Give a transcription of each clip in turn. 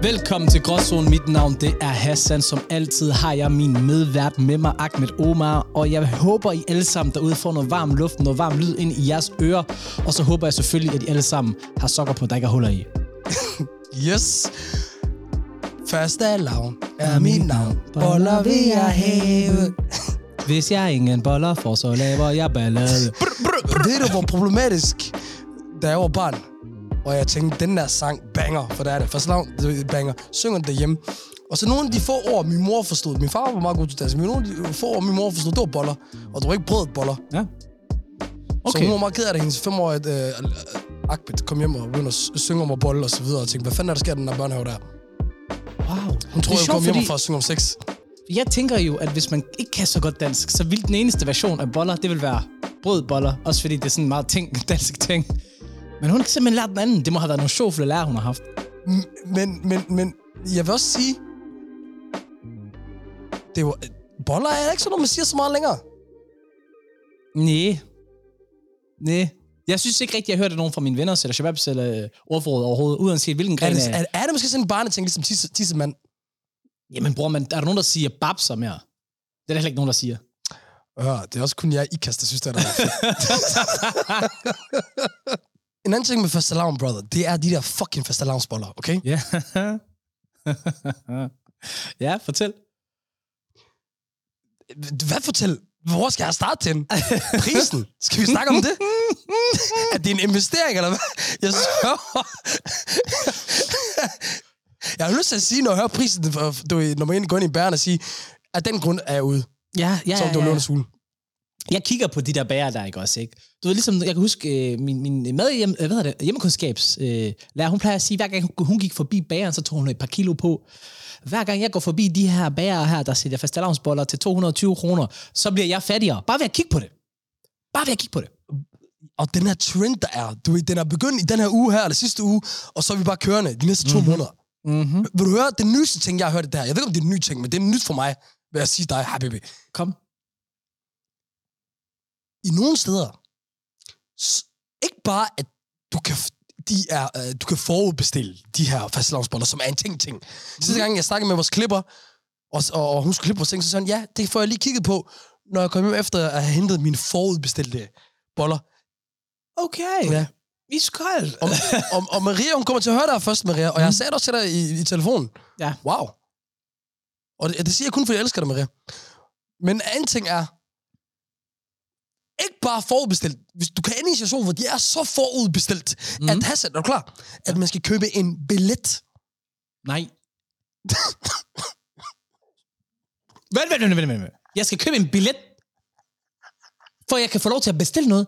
Velkommen til Gråzone. Mit navn det er Hassan. Som altid har jeg min medvært med mig, Ahmed Omar. Og jeg håber, I alle sammen derude får noget varm luft, noget varm lyd ind i jeres ører. Og så håber jeg selvfølgelig, at I alle sammen har sokker på, der ikke er huller i. Yes. Første lavn er mit navn. Boller vil jeg have. Hvis jeg ingen boller får, så laver jeg ballade. Ved du, hvor problematisk, da jeg var barn, og jeg tænkte, den der sang banger, for det er det. Første lavn, det banger. Synger den derhjemme. Og så nogle af de få ord, min mor forstod. Min far var meget god til dansk, men nogle af de få ord, min mor forstod, det var boller. Og det var ikke brødet boller. Ja. Okay. Så hun var meget ked af det, hendes 5-årige Akbet kom hjem og begyndte at synge om at bolle og så videre. Og tænkte, hvad fanden er der sker, den der børnehave der? Wow. Hun troede, jeg kom hjem for at synge om sex. Jeg tænker jo, at hvis man ikke kan så godt dansk, så vil den eneste version af boller, det vil være brødboller. Også fordi det er sådan en meget dansk ting. Men hun har simpelthen lært den anden. Det må have været nogle sjovfulde lærer, hun har haft. Men jeg vil også sige, det var, boller er ikke sådan noget, man siger så meget længere. Nej. Jeg synes ikke rigtigt, jeg hørte nogen fra mine venner, eller shababs, eller ordforråd overhovedet, uanset hvilken gren er det måske sådan en barneting, ligesom tissemand? Jamen bror, er der nogen, der siger babser mere? Det er der heller ikke nogen, der siger. Det er også kun jeg, IKAST, der synes, det er der. En anden ting med fastelavn, brother, det er de der fucking fastelavnsboller, okay? Ja. Ja, fortæl. Hvad fortæl? Hvor skal jeg starte til? Prisen? Skal vi snakke om det? Er det en investering, eller hvad? Jeg har lyst til at sige, når jeg hører prisen, når man går ind i bæren og siger, at den grund er jeg ude. Ja. Som du løber sulen. Jeg kigger på de der bager der, ikke også, ikke? Du ved, ligesom, jeg kan huske, min hjemmekundskabslærer, hun plejer at sige, hver gang hun gik forbi bageren, så tog hun et par kilo på. Hver gang jeg går forbi de her bager her, der sælger fastelavnsboller til 220 kroner, så bliver jeg fattigere. Bare ved at kigge på det. Og den her trend, der er, du ved, den er begyndt i den her uge her, eller sidste uge, og så er vi bare kørende de næste 2 måneder. Mm-hmm. Vil du høre, den nyeste ting, jeg har hørt det der? Jeg ved ikke, om det er en ny ting, men det er nyt for mig, vil jeg sige dig, habibi. Kom. I nogle steder, ikke bare, at du kan forudbestille de her fastelavnsboller, som er en ting. Sidste gang, jeg snakkede med vores klipper, og hun skulle klippe vores ting, så sagde ja, det får jeg lige kigget på, når jeg kom hjem efter at have hentet mine forudbestilte boller. Okay. Ja. Iskold. Og Maria, hun kommer til at høre dig først, Maria, og jeg sagde det også til dig i telefonen. Ja. Wow. Og det siger jeg kun, fordi jeg elsker dig, Maria. Men anden ting er, ikke bare forudbestilt. Hvis du kan ende i en situation, hvor de er så forudbestilt, at Hassan, er du klar? At man skal købe en billet. Nej. Vent. Jeg skal købe en billet, for jeg kan få lov til at bestille noget.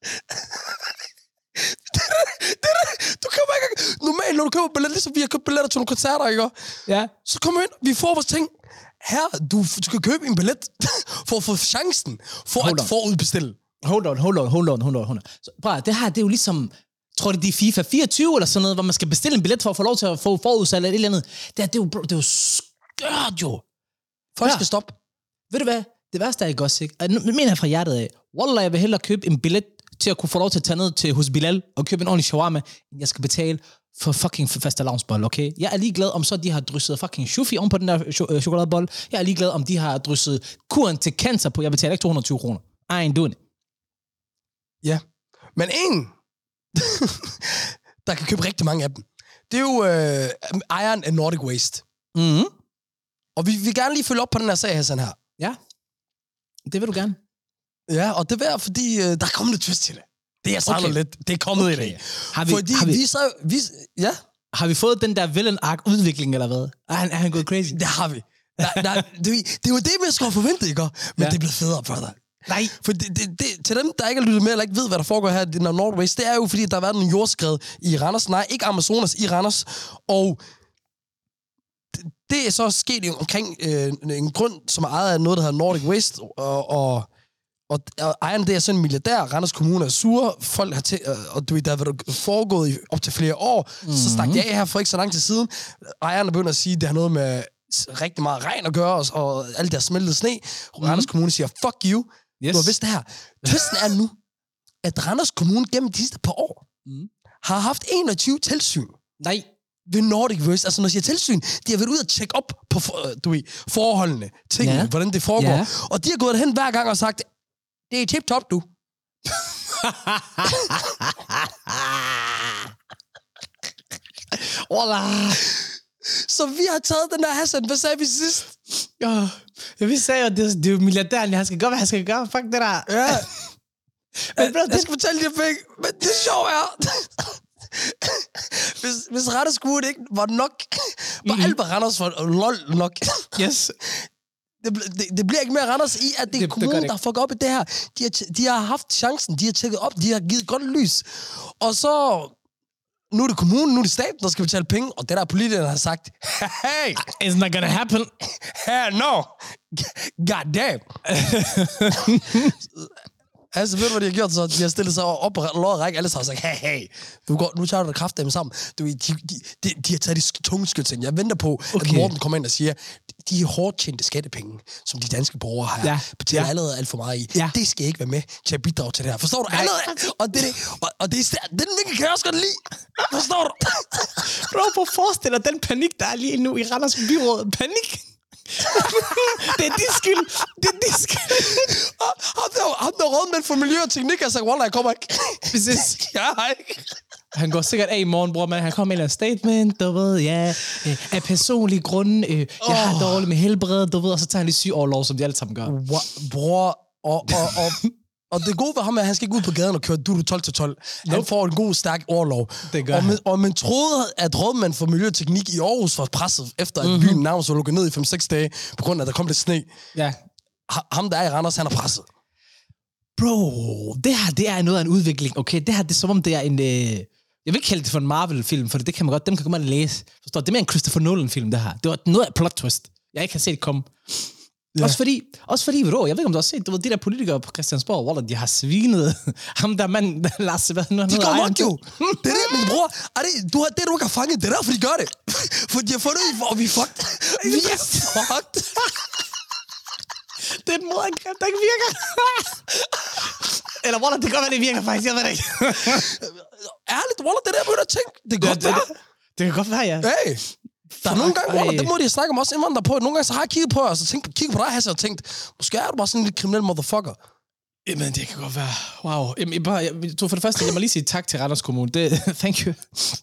Du kommer ikke. Normalt, når du køber billet, ligesom vi har købt billetter til nogle koncerter, ikke? Ja. Så kommer vi ind, vi får vores ting. Her, du skal købe en billet for at få chancen for at forudbestille. Hold on. Så, bra, det her, det er jo ligesom, tror det er FIFA 24 eller sådan noget, hvor man skal bestille en billet for at få lov til at få forudsat eller et eller andet. Det er jo skørt jo. Folk skal stoppe. Ved du hvad? Det værste er ikke også, ikke? Nu mener jeg fra hjertet af. Wallah, jeg vil hellere købe en billet til at kunne få lov til at tage ned til hos Bilal og købe en ordentlig shawarma, end jeg skal betale for fucking fastelavnsbolle, okay? Jeg er ligeglad om så de har drysset fucking shufi om på den der chokoladebolle. Jeg er ligeglad om de har drysset kuren til cancer på. Jeg betaler ikke 220 kroner. I ain't doing it. Ja, men en, der kan købe rigtig mange af dem, det er jo Iron and Nordic Waste. Mhm. Og vi vil gerne lige følge op på den her sag, Hassan her. Ja, det vil du gerne. Ja, og det er fordi, der er kommet lidt twist til det. Det er savnet lidt. Det er kommet i dag. Har vi fået den der villain arc udvikling eller hvad? Er han gået crazy? Det har vi. Det var det, man skulle forvente, ikke? Men det er blevet federe, brother. Nej. For til dem, der ikke har lyttet med, eller ikke ved, hvad der foregår her i Nordic Waste, det er jo fordi, der har været en jordskred i Randers. Nej, ikke Amazonas, i Randers. Og det er så sket omkring en grund, som er ejet af noget, der hedder Nordic Waste, og ejeren, det er sådan en milliardær. Randers Kommune er sure. Folk har og du ved, der har været foregået i op til flere år. Så stak jeg af her for ikke så lang tid siden. Ejeren er begyndt at sige, at det har noget med rigtig meget regn at gøre, og alt der smeltede sne. Randers Kommune siger, fuck you. Yes. Du har vidst det her. Tvisten er nu, at Randers Kommune gennem de sidste par år har haft 21 tilsyn. Nej. ved Nordic Waste, altså når jeg siger tilsyn, de har været ude og tjekke op på forholdene, tingene, hvordan det foregår. Og de har gået hen hver gang og sagt, det er tip-top, du. Så vi har taget den der Hassan. Hvad sagde vi sidst? Ja, vi sagde jo, det er jo milliardæren, han skal gøre, hvad han skal gøre. Fuck det der. Ja. Men jeg skal fortælle de penge, men det sjove er, hvis Randers Kommune ikke var nok, var alt var Randers for lol nok. Yes. Det bliver ikke mere Randers i, at det er kommunen, der fucker op i det her. De har haft chancen, de har tjekket op, de har givet godt lys. Og så, nu er det kommunen, nu er det staten, der skal betale penge, og det der politikerne har sagt, hey! It's not gonna happen. Hell no! God damn! Altså, ved du, hvad de har gjort så? De har stillet sig op og lov at række. Alle har sagt, hey, nu tager du dig kraft dem sammen. De har taget de tunge skyld. Jeg venter på, at Morten kommer ind og siger, de hårdt tjente skattepenge, som de danske borgere har betalt allerede alt for meget i. Ja. Det skal ikke være med til at bidrage til det her. Forstår du? Og det er den vinkel kan jeg også godt lide. Forstår du? Prøv på at forestille dig den panik, der er lige nu i Randers byråd. Panik! Det er de skyld. Ham der rådmænd for miljø og teknik har sagt, wallah, jeg kommer ikke. Præcis. Ja, ikke. Han går sikkert af i morgen, bror, men han kommer med en statement, du ved, af personlige grunde, jeg har dårligt med helbred, du ved, og så tager han lige sygeoverlov, som de alle sammen gør. Bror, og det gode ved ham er, at han skal ikke ud på gaden og køre du 12-12. Han får en god, stærk overlov. Det gør og man troede, at rådmand for miljø og teknik i Aarhus var presset, efter at byen nærmest var lukket ned i 5-6 dage, på grund af, at der kom lidt sne. Ja. Ham, der er i Randers, han er presset. Bro, det her, det er noget af en udvikling, okay? Det her, det er som om, det er en... Jeg vil ikke kalde det for en Marvel-film, for det kan man godt... Dem kan man læse. Forstår du? Det er mere en Christopher Nolan-film, det her. Det var noget af et plot twist. Jeg ikke har set komme. Ja. Også fordi, bro, jeg ved ikke, om du har set, du ved, de der politikere på Christiansborg, hvor de har svinet ham der mand, Lars, hvad nu? De går nok jo. Det er det, min bror. Det du ikke har fanget, det er derfor, de gør det. For de har fundet ud, hvor vi er fucked. Vi er fucked. Det er et modangreb, der ikke virker. Eller Waller, det kan godt være, det virker faktisk, jeg ved det ikke. Ærligt, Waller, det der, jeg begynder at tænke. Det kan godt være. Det kan godt være, ja. Hey. Der er nogle gange, Waller, det må de snakke om også indvandrere på. Nogle gange så har jeg kigget på os og kigget på dig, Hassan, og tænkt, måske er du bare sådan en lidt kriminel motherfucker. Jamen, det kan godt være. Wow. Jamen, for det første, jeg må lige sige tak til Randers Kommune. Thank you.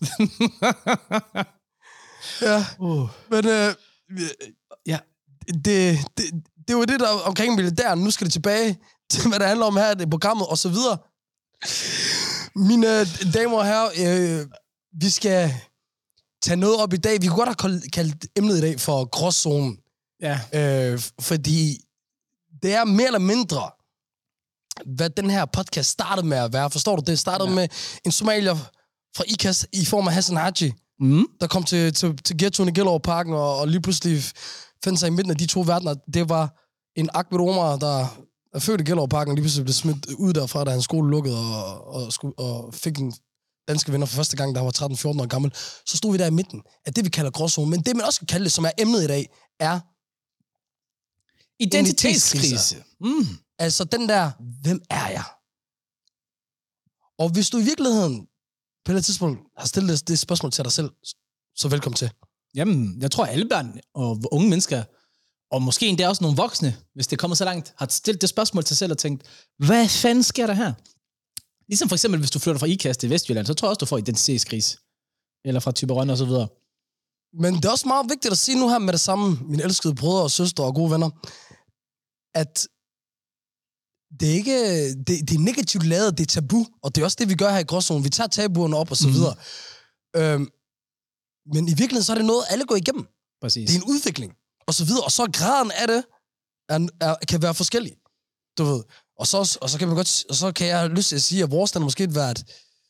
Ja, men ja, det var det, der omkring militæren. Nu skal det tilbage til, hvad det handler om her i programmet, og så videre. Mine damer og herrer, vi skal tage noget op i dag. Vi kunne godt have kaldt emnet i dag for gråzonen. Ja. Fordi det er mere eller mindre, hvad den her podcast startede med at være. Forstår du? Det startede med en somalier fra IKAS i form af Hassan Haji, der kom til ghettoen i Gellerup-parken, og lige pludselig fandt sig i midten af de to verdener. Det var en Ahmed Omar, der er født i Gellerup-parken, og lige pludselig blev smidt ud derfra, da hans skole lukkede, og fik en danske venner for første gang, da han var 13-14 år gammel. Så stod vi der i midten af det, vi kalder gråzone. Men det, man også kan kalde det, som er emnet i dag, er identitetskrise. Altså den der, hvem er jeg? Og hvis du i virkeligheden på et tidspunkt har stillet det spørgsmål til dig selv, så velkommen til. Jamen, jeg tror, alle børn og unge mennesker, og måske endda også nogle voksne, hvis det kommer så langt, har stillet det spørgsmål til sig selv og tænkt, hvad fanden sker der her? Ligesom for eksempel, hvis du flytter fra IKAS til Vestjylland, så tror jeg også, du får identitetskrise. Eller fra Thyborøn og så videre. Men det er også meget vigtigt at sige nu her med det samme, mine elskede brødre og søstre og gode venner, at det er ikke, det er negativt lavet, det er tabu, og det er også det, vi gør her i gråzonen. Vi tager tabuerne op og så videre. Men i virkeligheden, så er det noget, alle går igennem. Præcis. Det er en udvikling, og så videre. Og så graden af det kan være forskellig, du ved. Og så kan man godt, og så kan jeg have lyst til at sige, at vores den har måske været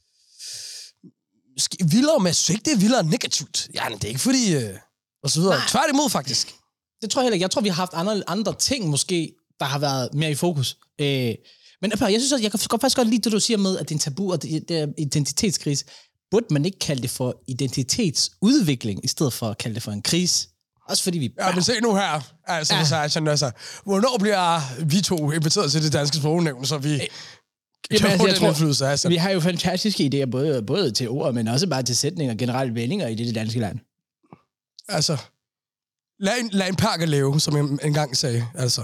vildere, men jeg synes ikke, det er vildere negativt. Ja, men det er ikke fordi, og så videre. Tværtimod, faktisk. Det tror jeg heller ikke. Jeg tror, vi har haft andre ting, måske, der har været mere i fokus. Men jeg synes også, jeg kan faktisk godt lide det, du siger med, at det er en tabu, og det er identitetskrise. Burde man ikke kalde det for identitetsudvikling, i stedet for at kalde det for en krise? Også fordi vi... Ja, men se nu her. Altså, hvornår bliver vi to inviteret til det danske sprognævn, så vi Vi har jo fantastiske idéer, både til ord, men også bare til sætninger og generelle vendinger i det danske land. Altså, lad en perker leve, som jeg engang sagde, altså.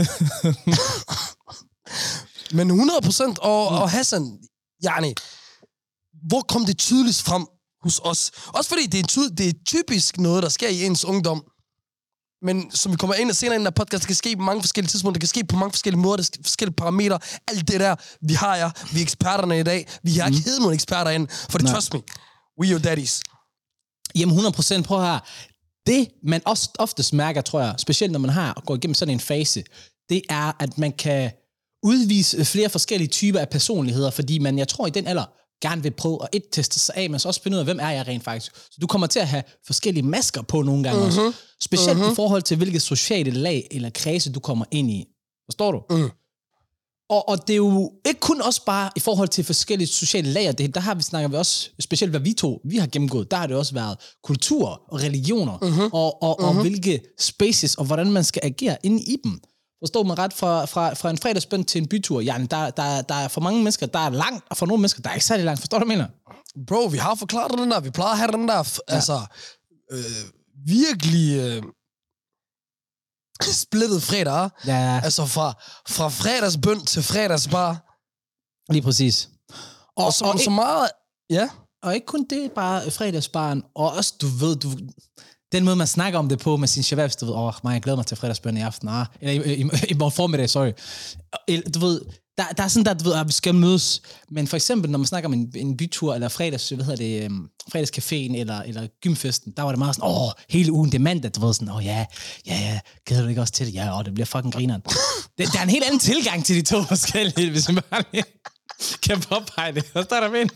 Men 100% og Hassan, yani, hvor kom det tydeligst frem hos os? Også fordi det er typisk noget, der sker i ens ungdom. Men som vi kommer ind og senere ind i den podcast, det kan ske på mange forskellige tidspunkter, det kan ske på mange forskellige måder, det forskellige parametre, alt det der, vi er eksperterne i dag, vi har ikke heddet nogle eksperter ind, for det trust me, we your daddies. Jamen 100%, prøv her. Det, man også oftest mærker, tror jeg, specielt når man går igennem sådan en fase, det er, at man kan udvise flere forskellige typer af personligheder, fordi man, jeg tror, i den alder gerne vil prøve at teste sig af, men så også finde ud af, hvem er jeg rent faktisk. Så du kommer til at have forskellige masker på nogle gange også. Specielt i forhold til, hvilket sociale lag eller kredse, du kommer ind i. Forstår du? Og det er jo ikke kun også bare i forhold til forskellige sociale lager. Der snakker vi også, specielt hvad vi har gennemgået, der har det også været kultur og religioner, og hvilke spaces, og hvordan man skal agere inde i dem. Forstår man ret? Fra en fredagsbøn til en bytur. Ja, der er for mange mennesker, der er langt, og for nogle mennesker, der er ikke særlig langt. Forstår du, hvad jeg mener? Bro, vi har forklaret den der. Vi plejer at have den der, altså, virkelig splittet fredag. Ja. Altså fra fredagsbøn til fredagsbar. Lige præcis. Og så meget, ja. Og ikke kun det, bare fredagsbaren, og også, du ved, den måde, man snakker om det på med sin shababs, du ved, jeg glæder mig til fredagsbøn i aften, eller i morgen formiddag, sorry. Du ved, der er sådan der, du ved, at vi skal mødes, men for eksempel, når man snakker om en bytur, eller fredagscaféen, eller gymfesten, der var det meget sådan, hele ugen, det er mandag, du ved, sådan, ja, glæder du ikke også til det? Ja, det bliver fucking grineren. Der er en helt anden tilgang til de to forskellige, hvis man bare lige kan påpege det. Hvad står der med?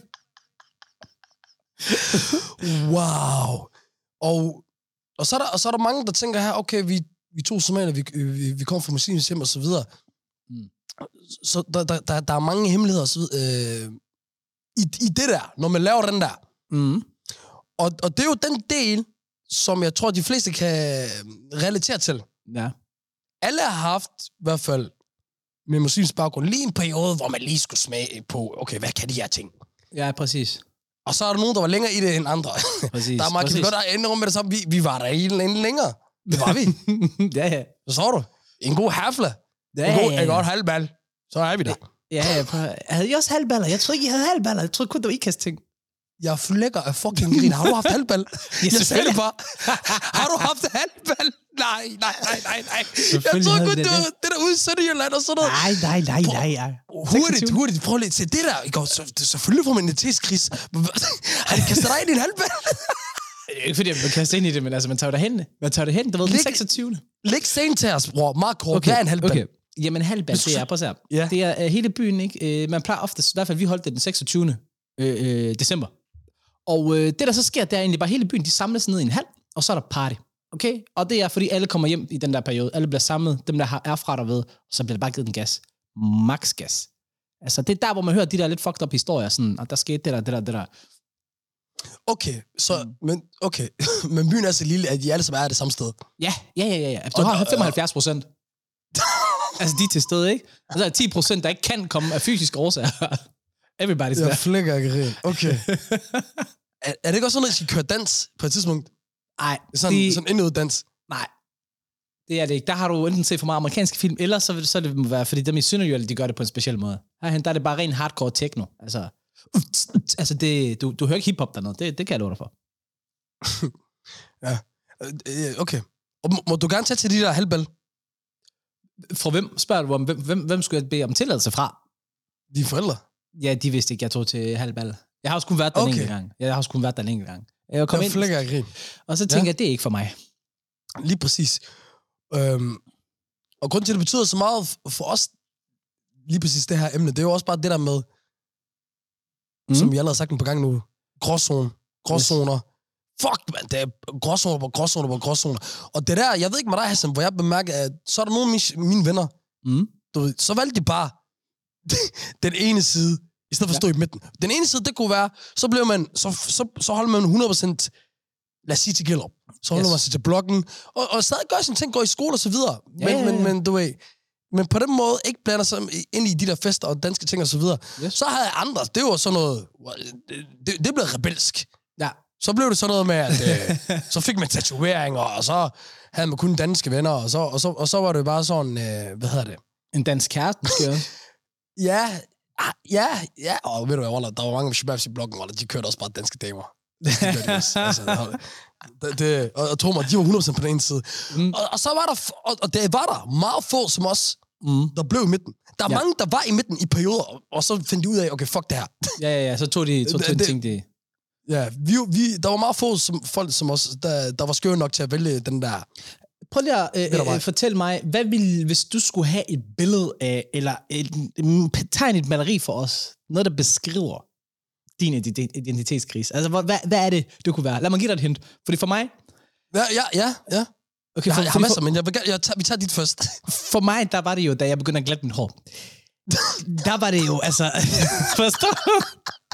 Wow. Og så er der mange, der tænker her, okay, vi to somalier, vi kommer fra muslimsk hjem og så videre. Så der er mange hemmeligheder og så videre, i det der, når man laver den der. Og det er jo den del, som jeg tror, de fleste kan relatere til. Ja. Alle har haft, i hvert fald med muslimsk baggrund, lige en periode, hvor man lige skulle smage på, okay, hvad kan de her ting? Ja, præcis. Og så er der nogen, der var længere i det end andre. Præcis, der er meget, kan vi godt indrømme med det samme. Vi var der en længere. Det var vi. Ja. Så så du. En god hafle. En god halvbal. Så er vi der. Ja. Havde I også halvballer? Jeg troede ikke, I havde halvballer. Jeg troede kun, det var ikast ting. Jeg flækker af fucking grin. Har du haft halvbal? Jeg sagde det bare. Har du haft halvbal? Nej. Jeg troede kun, det der ude i Sønderjylland og sådan noget. Nej. Hurtigt. Prøv lige at se det der. Selvfølgelig får man en tidskris. Har de kastet dig ind i en halvbal? Ikke fordi man kaster ind i det, men altså, man tager det hen. Du ved, den 26. Læg scenen til os, bror. Meget kort. Hvad er en halvbal? Okay. Jamen, halvbal, det er, prøv at se. Ja. Det er hele byen, ikke? Man plejer ofte, i hvert fald vi holdt det den 26. December. Og det, der så sker, det er egentlig bare hele byen, de samles ned i en hal, og så er der party. Okay? Og det er, fordi alle kommer hjem i den der periode. Alle bliver samlet, dem der er fra der ved, og så bliver der bare givet den gas. Max gas. Altså, det er der, hvor man hører de der lidt fucked up historier, sådan, at der skete det der. Okay, så, men byen er så lille, at de alle sammen er det samme sted. Ja. Du har 75%. Altså, de er til stede, ikke? Og så er 10%, der ikke kan komme af fysiske årsager. Everybody's der. Jeg flækker ikke rent. Okay. Er det ikke også sådan, at I skal køre dans på et tidspunkt? Nej. Sådan endnu dans? Nej. Det er det ikke. Der har du enten set for meget amerikanske film, eller så det være, fordi dem i Sønderjylland, de gør det på en speciel måde. Herhen, der er det bare ren hardcore techno. Altså det, du hører ikke hiphop dernede. Det kan jeg love dig for. Ja. Okay. Og må du gerne tage til de der halvbal? Fra hvem? Spørger du om, hvem skulle jeg bede om tilladelse fra? Dine forældre? Ja, de vidste ikke, jeg tog til halvbal. Jeg har også kun været der en enkelt gang. Jeg kom ind, og så tænker jeg, det er ikke for mig. Lige præcis. Og grunden til, at det betyder så meget for os, lige præcis det her emne, det er jo også bare det der med, som vi allerede har sagt en par gange nu, gråzoner. Fuck, man, det er gråzoner. Og det der, jeg ved ikke med dig, Hassan, hvor jeg bemærker, at så er der nogle af mine venner, du ved, så valgte de bare den ene side, i stedet for at stå i midten. Den ene side, det kunne være, så blev man, så holder man 100%, lad os sige til Gellerup. Så holder man sig til blokken, og stadig gør sin ting, går i skole og så videre. Men du ved, men på den måde ikke blander sig ind i de der fester og danske ting og så videre. Yes. Så havde jeg andre, det var sådan noget, det blev rebelsk. Ja. Så blev det sådan noget med, at så fik man tatoveringer, og så havde man kun danske venner, og så var det bare sådan, hvad hedder det? En dansk kæreste, måske også. Ja, og ved du hvad, der var mange af Shababs i bloggen, og de kørte også bare danske damer. Det gør de også. Altså, og tro mig, de var 100% på den ene side. Og så var der, og det var der meget få som os, der blev i midten. Der er mange, der var i midten i perioder, og så fandt de ud af, okay, fuck det her. Ja, så tog de en ting, de... Ja, der var meget få folk som os, der var skøve nok til at vælge den der... Prøv lige at fortælle mig, hvad ville, hvis du skulle have et billede af, eller tegne et maleri for os, noget, der beskriver din identitetskrise. Altså, hvad er det, det kunne være? Lad mig give dig et hint. Fordi for mig... Ja. Okay, jeg har masser, men vi tager dit først. For mig, der var det jo, da jeg begyndte at glatte mit hår. Der var det jo, altså... Forstår du?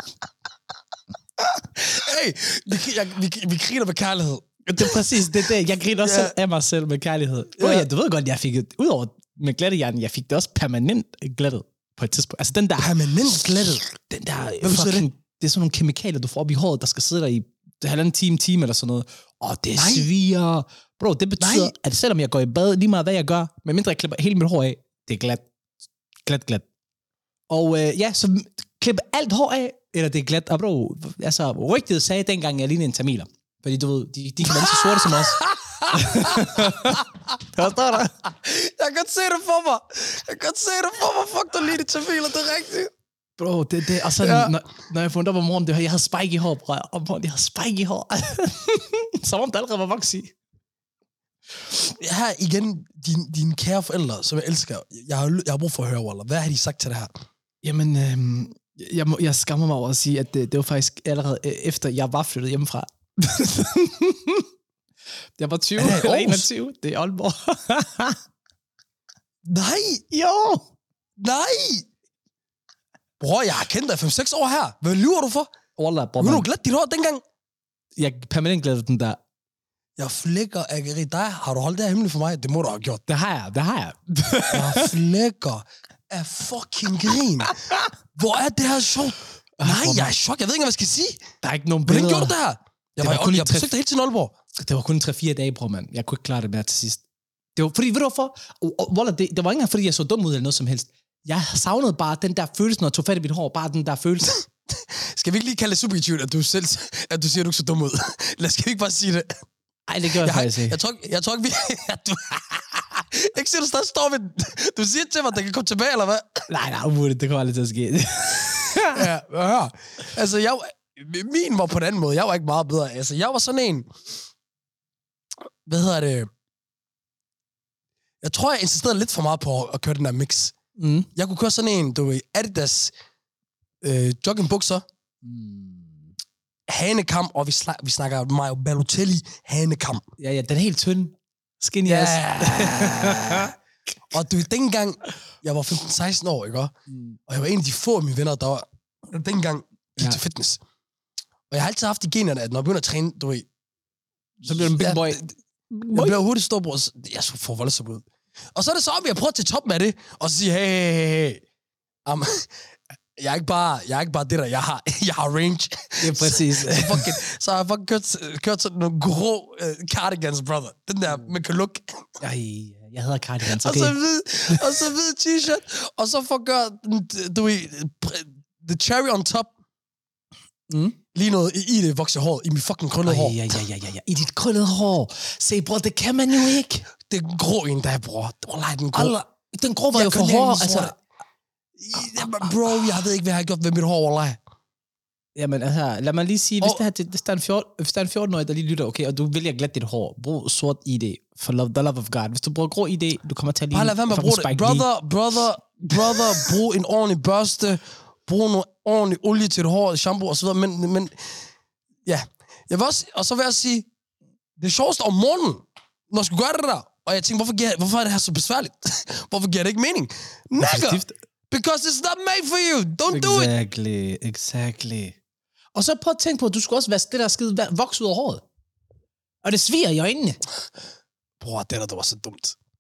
Hey, vi griner med kærlighed. Det er præcis, det er det. Jeg griner også selv af mig selv med kærlighed. Ja, du ved godt, jeg fik det, udover med glattehjernen, jeg fik det også permanent glattet på et tidspunkt. Altså den der... Permanent glattet? Den der... Fucking, det er sådan nogle kemikalier, du får op i håret, der skal sidde der i halvanden time eller sådan noget. Det sviger. Bro, det betyder, at selvom jeg går i bad, lige meget hvad jeg gør, medmindre jeg klipper hele mit hår af, det er glat. Og så klippe alt hår af, eller det er glat. Og bro, altså rygtet sagde dengang, jeg lignede en tamiler. Fordi du ved, de kan være så sorte som os. Forstår du? Jeg kan godt se det for mig. Fuck, du lige de tamiler, det er rigtigt. Bro, det og så når jeg fundet op om morgenen, jeg havde spike i hår, bro. Om morgenen, jeg havde spike i hår. Som om det allerede var vokset i. Her igen, dine kære forældre, som jeg elsker. Jeg har brug for at høre, Waller. Hvad har de sagt til det her? Jamen, jeg skammer mig over at sige, at det var faktisk allerede efter, jeg var flyttet hjemmefra. Jeg var 20 eller 21. Det er Aalborg. Nej! Jo! Nej! Bror, jeg har kendt dig 5-6 år her. Hvad lyver du for? Wallah, bror. Vil du glat dit hår dengang? Jeg permanent glattede den der. Jeg flækker af dig. Har du holdt det her hemmeligt for mig? Det må du have gjort. Det har jeg. Jeg flækker af fucking grin. Hvor er det her sjovt? Nej, jeg er chok. Jeg ved ikke, hvad jeg skal sige. Der er ikke nogen billeder. Hvordan gjorde du det her? Jeg besøgte helt til Aalborg. Det var kun 3-4 dage, bror, mand. Jeg kunne ikke klare det mere til sidst. Det var, fordi, ved du hvorfor? Wallah, det var ikke engang, fordi jeg så dum ud eller noget som helst. Jeg savnede bare den der følelse, når jeg tog fat i mit hår. Bare den der følelse. Skal vi ikke lige kalde det subjektivt, at du siger, at du ikke så dum ud? Skal vi ikke bare sige det? Nej, det gør jeg faktisk ikke. Jeg tror ikke, vi... Ikke siger, du stadig står ved... Du siger til mig, at det kan komme tilbage, eller hvad? Nej, umuligt. Det kommer aldrig til at ske. Ja, hør. Altså, min var på den anden måde. Jeg var ikke meget bedre. Altså, jeg var sådan en... Hvad hedder det? Jeg tror, jeg insisterede lidt for meget på at køre den der mix. Jeg kunne køre sådan en, du ved, Adidas joggingbukser, hanekam, og vi snakker Mario Balotelli hanekam. Ja, den er helt tynd. Skinny ass. Og du ved, dengang, jeg var 15-16 år, ikke? Og jeg var en af de få af mine venner, der dengang gik til fitness. Og jeg har altid haft de generne, at når jeg begynder at træne, du ved... Så bliver du en big boy. Jeg bliver hurtigt storbror. Jeg får voldsomt ud. Og så er det så, at jeg prøver til toppen af det, og så sige, hey. Jeg er ikke bare det der, jeg har range. Ja, præcis. så har jeg fucking kørt sådan nogle grå cardigans, brother. Den der med kaluk. Jeg hedder cardigans, okay. Og så hvid t-shirt, og så får gør, du ved, the cherry on top. Lige noget i det voksede hår, i mit fucking krøllede hår. Ja. I dit krøllede hår. Se, bror, det kan man jo ikke. Det er grå en dag, bror. Den grå. Den grå var jo for hår, altså. Bro, jeg ved ikke, hvad jeg har gjort med mit hår, wallah. Jamen, altså, lad mig lige sige, hvis der er en 14-årig, der lige lytter, okay, og du vælger glat dit hår, brug sort ID, for the love of God. Hvis du bruger grå ID, du kommer til at lige... Bare lad være med at bruge det. Brother, brug en ordentlig børste, brug noget ordentlig olie til dit hår, shampoo og så videre, men ja. Jeg vil også, og så vil jeg sige, det sjoveste om morgenen, når jeg skulle gøre det der, og jeg tænkte, hvorfor er det her så besværligt? Hvorfor giver det ikke mening? Nigga! Because it's not made for you. Don't do it. Exactly. Og så prøv at tænke på, at du skulle også være det der skide vokse ud af håret. Og det sviger i øjnene. Bror, det var så dumt.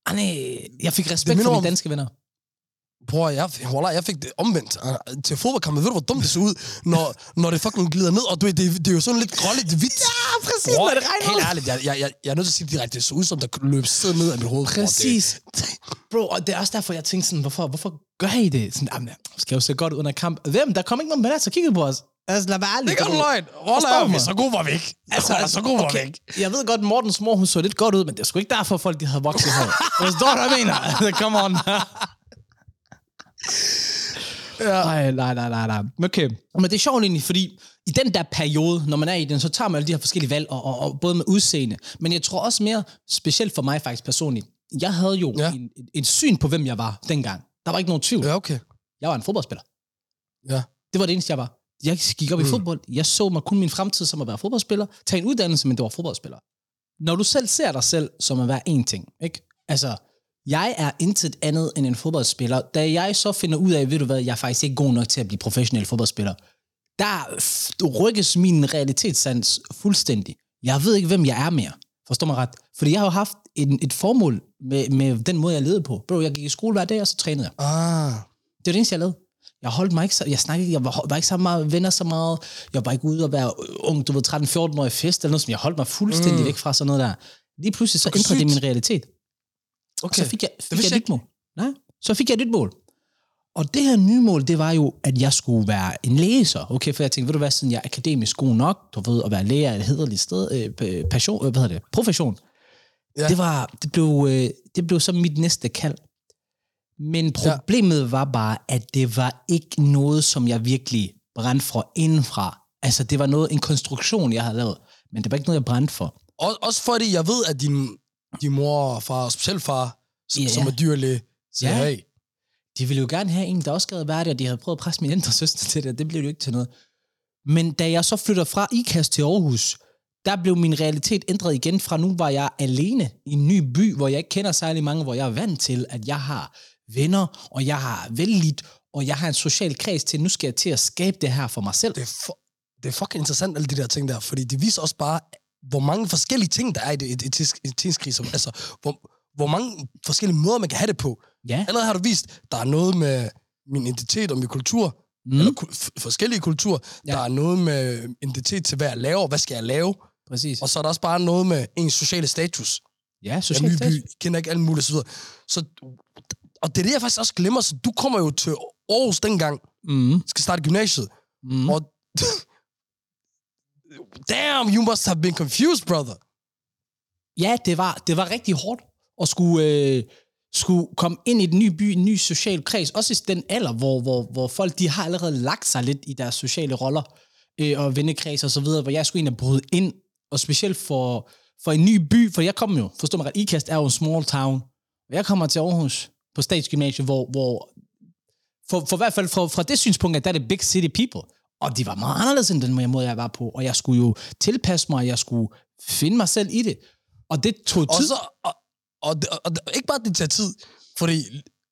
Jeg fik respekt for mine danske venner. Bror, jeg fik det omvendt. Til fodboldkampen, ved du, hvor dumt det så ud, når det fucking glider ned, og det er jo sådan lidt gråligt hvidt. Ja, præcis, bror, når det regner. Helt ærligt, jeg er nødt til at sige direkte, det så ud som, der løb sted ned af mit hoved. Præcis. Bro, og det er også derfor, jeg tænkte sådan, hvorfor gør I det? Sådan, skal jo se godt ud under kamp. Hvem? Der kom ikke nogen banat, så kiggede på os. Altså, lad være ærlig. Det gør du løgn. Så god var vi ikke. Så god var vi ikke. Jeg ved godt, Mortens mor, hun så lidt godt ud, men det er sgu ikke derfor, folk de havde vokset hår. Forstår du, hvad jeg mener? Come on. Ja. Nej. Okay. Men det er sjovt egentlig, fordi i den der periode, når man er i den, så tager man alle de her forskellige valg, og både med udseende. Men jeg tror også mere specielt for mig faktisk personligt. Jeg havde jo en syn på, hvem jeg var dengang. Der var ikke nogen tvivl. Ja, okay. Jeg var en fodboldspiller. Ja. Det var det eneste, jeg var. Jeg gik op i fodbold. Jeg så mig kun min fremtid som at være fodboldspiller. Tag en uddannelse, men det var fodboldspiller. Når du selv ser dig selv som at være én ting, ikke? Altså, jeg er intet andet end en fodboldspiller. Da jeg så finder ud af, ved du hvad, jeg er faktisk ikke god nok til at blive professionel fodboldspiller, der rykkes min realitetssans fuldstændig. Jeg ved ikke, hvem jeg er mere. Forstår mig ret? Fordi jeg har jo haft et formål med den måde, jeg levede på. Bro, jeg gik i skole hver dag, og så trænede jeg. Det var det eneste, jeg lavede. Jeg holdt mig ikke så, jeg var ikke så meget venner så meget. Jeg var ikke ude og være ung, du ved, 13-14-årig fest eller noget, som jeg holdt mig fuldstændig væk fra sådan noget der. Lige pludselig så ændrede det min realitet. Okay. Så fik jeg et nyt mål. Nej, så fik jeg et nyt mål. Og det her nye mål, det var jo, at jeg skulle være en læser. Okay, for jeg tænkte, ved du hvad, siden jeg er akademisk god nok, du ved, at være lærer et hederligt sted, profession. Ja. Det blev så mit næste kald. Men problemet var bare, at det var ikke noget, som jeg virkelig brændte for indenfra. Altså, det var en konstruktion, jeg havde lavet. Men det var ikke noget, jeg brændte for. Også fordi jeg ved, at din mor og far, specielt far, som er dyrlæge, siger, hey. De ville jo gerne have en, der også havde været det, og de havde prøvet at presse min ældre søster til det, og det blev jo ikke til noget. Men da jeg så flytter fra IKAST til Aarhus, der blev min realitet ændret igen. Fra nu var jeg alene i en ny by, hvor jeg ikke kender særlig mange, hvor jeg er vant til, at jeg har venner, og jeg har vellidt, og jeg har en social kreds til, nu skal jeg til at skabe det her for mig selv. Det er fucking interessant, alle de der ting der, fordi det viser også bare, hvor mange forskellige ting, der er i det tidskrise. Altså, hvor mange forskellige måder, man kan have det på. Ja. Allerede har du vist, der er noget med min identitet og min kultur, eller forskellige kulturer. Ja. Der er noget med identitet til, hvad jeg laver, hvad skal jeg lave. Præcis. Og så er der også bare noget med ens sociale status. Ja, sociale status. Jeg kender ikke alle mulige, så videre. Og det er det, jeg faktisk også glemmer. Så du kommer jo til Aarhus dengang, skal starte gymnasiet. Og damn, you must have been confused, brother. Ja, det var rigtig hårdt at skulle komme ind i en ny by, en ny social kreds. Også i den alder, hvor folk de har allerede lagt sig lidt i deres sociale roller og vennekreds og så videre, hvor jeg skulle ind og bryde ind. Og specielt for en ny by, for jeg kom jo, forstår mig ret, IKAST er jo en small town. Og jeg kommer til Aarhus på Statsgymnasiet, hvor for hvert fald fra det synspunkt, at der er det big city people. Og de var meget anderledes end den måde, jeg var på. Og jeg skulle jo tilpasse mig, og jeg skulle finde mig selv i det. Og det tog tid. Og ikke bare, det tager tid, fordi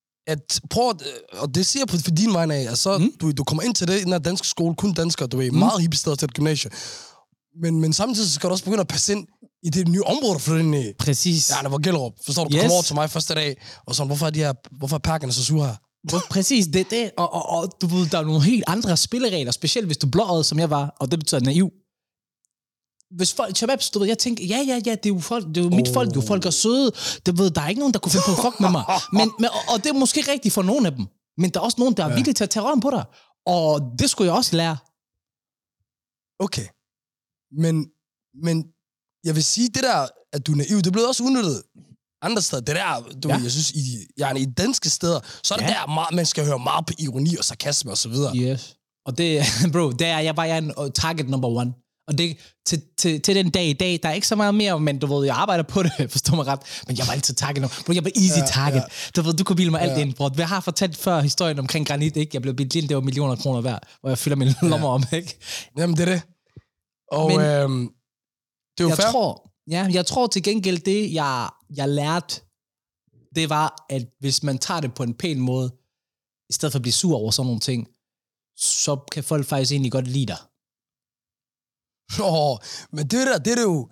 og det siger jeg på din vej af, altså, du kommer ind til den her danske skole, kun danskere, du er meget hippie steder til et gymnasie. Men samtidig skal du også begynde at passe ind i det nye område, der flytter ind i. Præcis. Ja, det var Gellerup. Forstår du? Du kommer over til mig første dag, og sådan, hvorfor er perkerne så sure her? Præcis, det. Og du ved, der er nogle helt andre spilleregler, specielt hvis du blåede, som jeg var, og det betyder naiv. Hvis folk, Shababs, du ved, jeg tænker, ja, det er jo folk, det er jo mit folk, det er jo folk er søde, det ved, der er ikke nogen, der kunne finde på at fuck med mig. Men, og det er måske rigtigt for nogle af dem, men der er også nogen, der er villige til at tage røven på dig. Og det skulle jeg også lære. Okay. Men jeg vil sige, det der, at du er naiv, det blev også udnyttet andre steder. Det der, ved, jeg synes, i danske steder, så er det der, meget, man skal høre meget på ironi og sarkasme og så videre. Yes. Og det, bro, jeg var en target number one. Og det, til den dag i dag, der er ikke så meget mere, men du ved, jeg arbejder på det, forstår mig ret, men jeg var altid target nu. Jeg var easy target. Du ved, du kunne bilde mig alt ind, bror. Jeg har fortalt før historien omkring granit, ikke? Jeg blev bildt ind, det var millioner kroner værd, hvor jeg fylder mine lommer om, ikke? Jamen, det er det. Og men, det er jo fair. Jeg tror til gengæld, det jeg lærte, det var, at hvis man tager det på en pæn måde, i stedet for at blive sur over sådan nogle ting, så kan folk faktisk egentlig godt lide dig. Men det er jo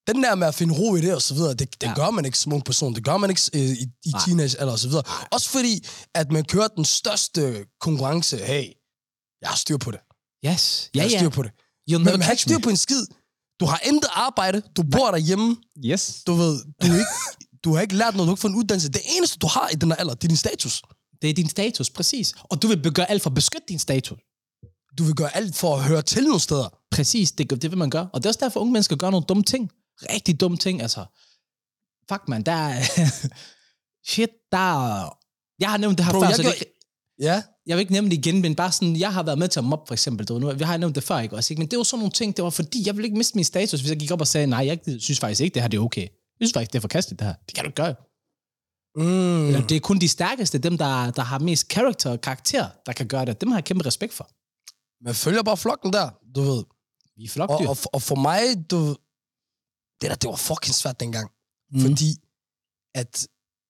den der med at finde ro i det og så videre, det gør man ikke som ung person. Det gør man ikke i teenage eller og så videre. Også fordi, at man kører den største konkurrence. Hey, jeg har styr på det. Yes. Jeg har styr på det. Men man har ikke styr på en skid. Du har intet arbejde. Du bor derhjemme. Yes. Du ved, du har ikke lært noget. Du har ikke fået en uddannelse. Det eneste, du har i den her alder, det er din status. Det er din status, præcis. Og du vil gøre alt for at beskytte din status. Du vil gøre alt for at høre til nogle steder. Præcis, det vil man gøre. Og det er også derfor, unge mennesker gør nogle dumme ting. Rigtig dumme ting, altså. Fuck, man, der er... Shit, der... Jeg har nævnt det her før, så det... Ja. Jeg vil ikke nævne det igen, men bare sådan, jeg har været med til at mobbe, for eksempel. Vi har nævnt det før, ikke også? Men det var sådan nogle ting, det var fordi, jeg ville ikke miste min status, hvis jeg gik op og sagde, nej, jeg synes faktisk ikke, det her det er okay. Jeg synes faktisk, det er forkasteligt, det her. Det kan du ikke gøre. Eller, det er kun de stærkeste, dem, der har mest character og karakter, der kan gøre det. Dem har jeg kæmpe respekt for. Man følger bare flokken der, du ved. Vi er flokdyr. Og for mig, det var fucking svært dengang. Fordi, at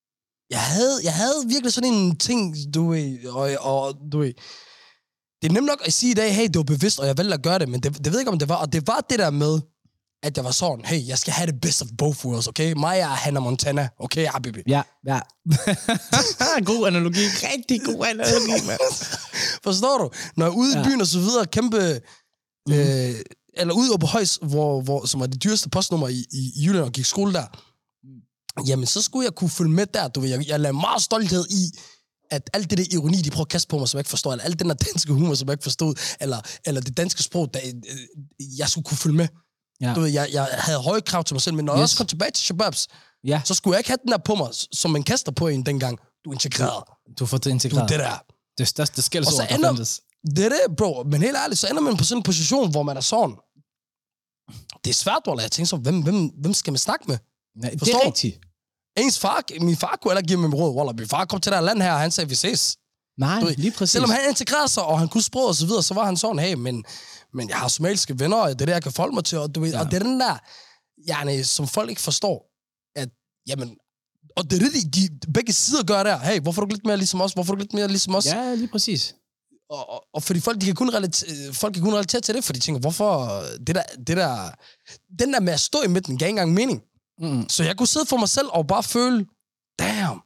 jeg havde virkelig sådan en ting, du ved, og du ved, det er nemt nok at sige i dag, hey, det var bevidst, og jeg valgte at gøre det, men det ved jeg ikke, om det var, og det var det der med, at jeg var sådan, hey, jeg skal have det best of both worlds, okay? Mig og Hannah Montana, okay, habibi. Ja. God analogi, rigtig god analogi, mand. Forstår du? Når jeg er ude i byen og så videre, kæmpe, eller ude på Højs, som var det dyreste postnummer i Jylland, og gik skole der, jamen, så skulle jeg kunne følge med der, du ved. Jeg lagde meget stolthed i, at alt det der ironi, de prøver at kaste på mig, som jeg ikke forstår, eller alt den der danske humor, som jeg ikke forstod, eller det danske sprog, jeg skulle kunne følge med. Ja. Du ved, jeg havde høje krav til mig selv, men når jeg også kom tilbage til Shababs, så skulle jeg ikke have den der på mig, som man kaster på en dengang. Du er integreret. Du får det integreret. Du det der. Det største skældsord, der findes. Det er det, bro. Men helt ærligt, så ender man på sådan en position, hvor man er sådan. Det er svært, hvor jeg tænker så, hvem skal man snakke med? Nej, det er rigtigt. Min far kunne heller give mig råd. Wallah, min far kom til det land her, og han sagde, vi ses. Nej, lige præcis. Selvom han integrerede sig, og han kunne sprog og så videre, så var han sådan, hey, men jeg har somaliske venner, og det er det, jeg kan forholde mig til, og du ved, og det er den der, som folk ikke forstår, at, jamen, og det er det, de begge sider gør der. Hey, hvorfor er du lidt mere ligesom os? Hvorfor er du lidt mere ligesom os? Ja, lige præcis. Og fordi folk kan kun relatere til det, for de tænker, hvorfor den der med at stå i midten, gav ikke engang mening. Så jeg kunne sidde for mig selv og bare føle, damn,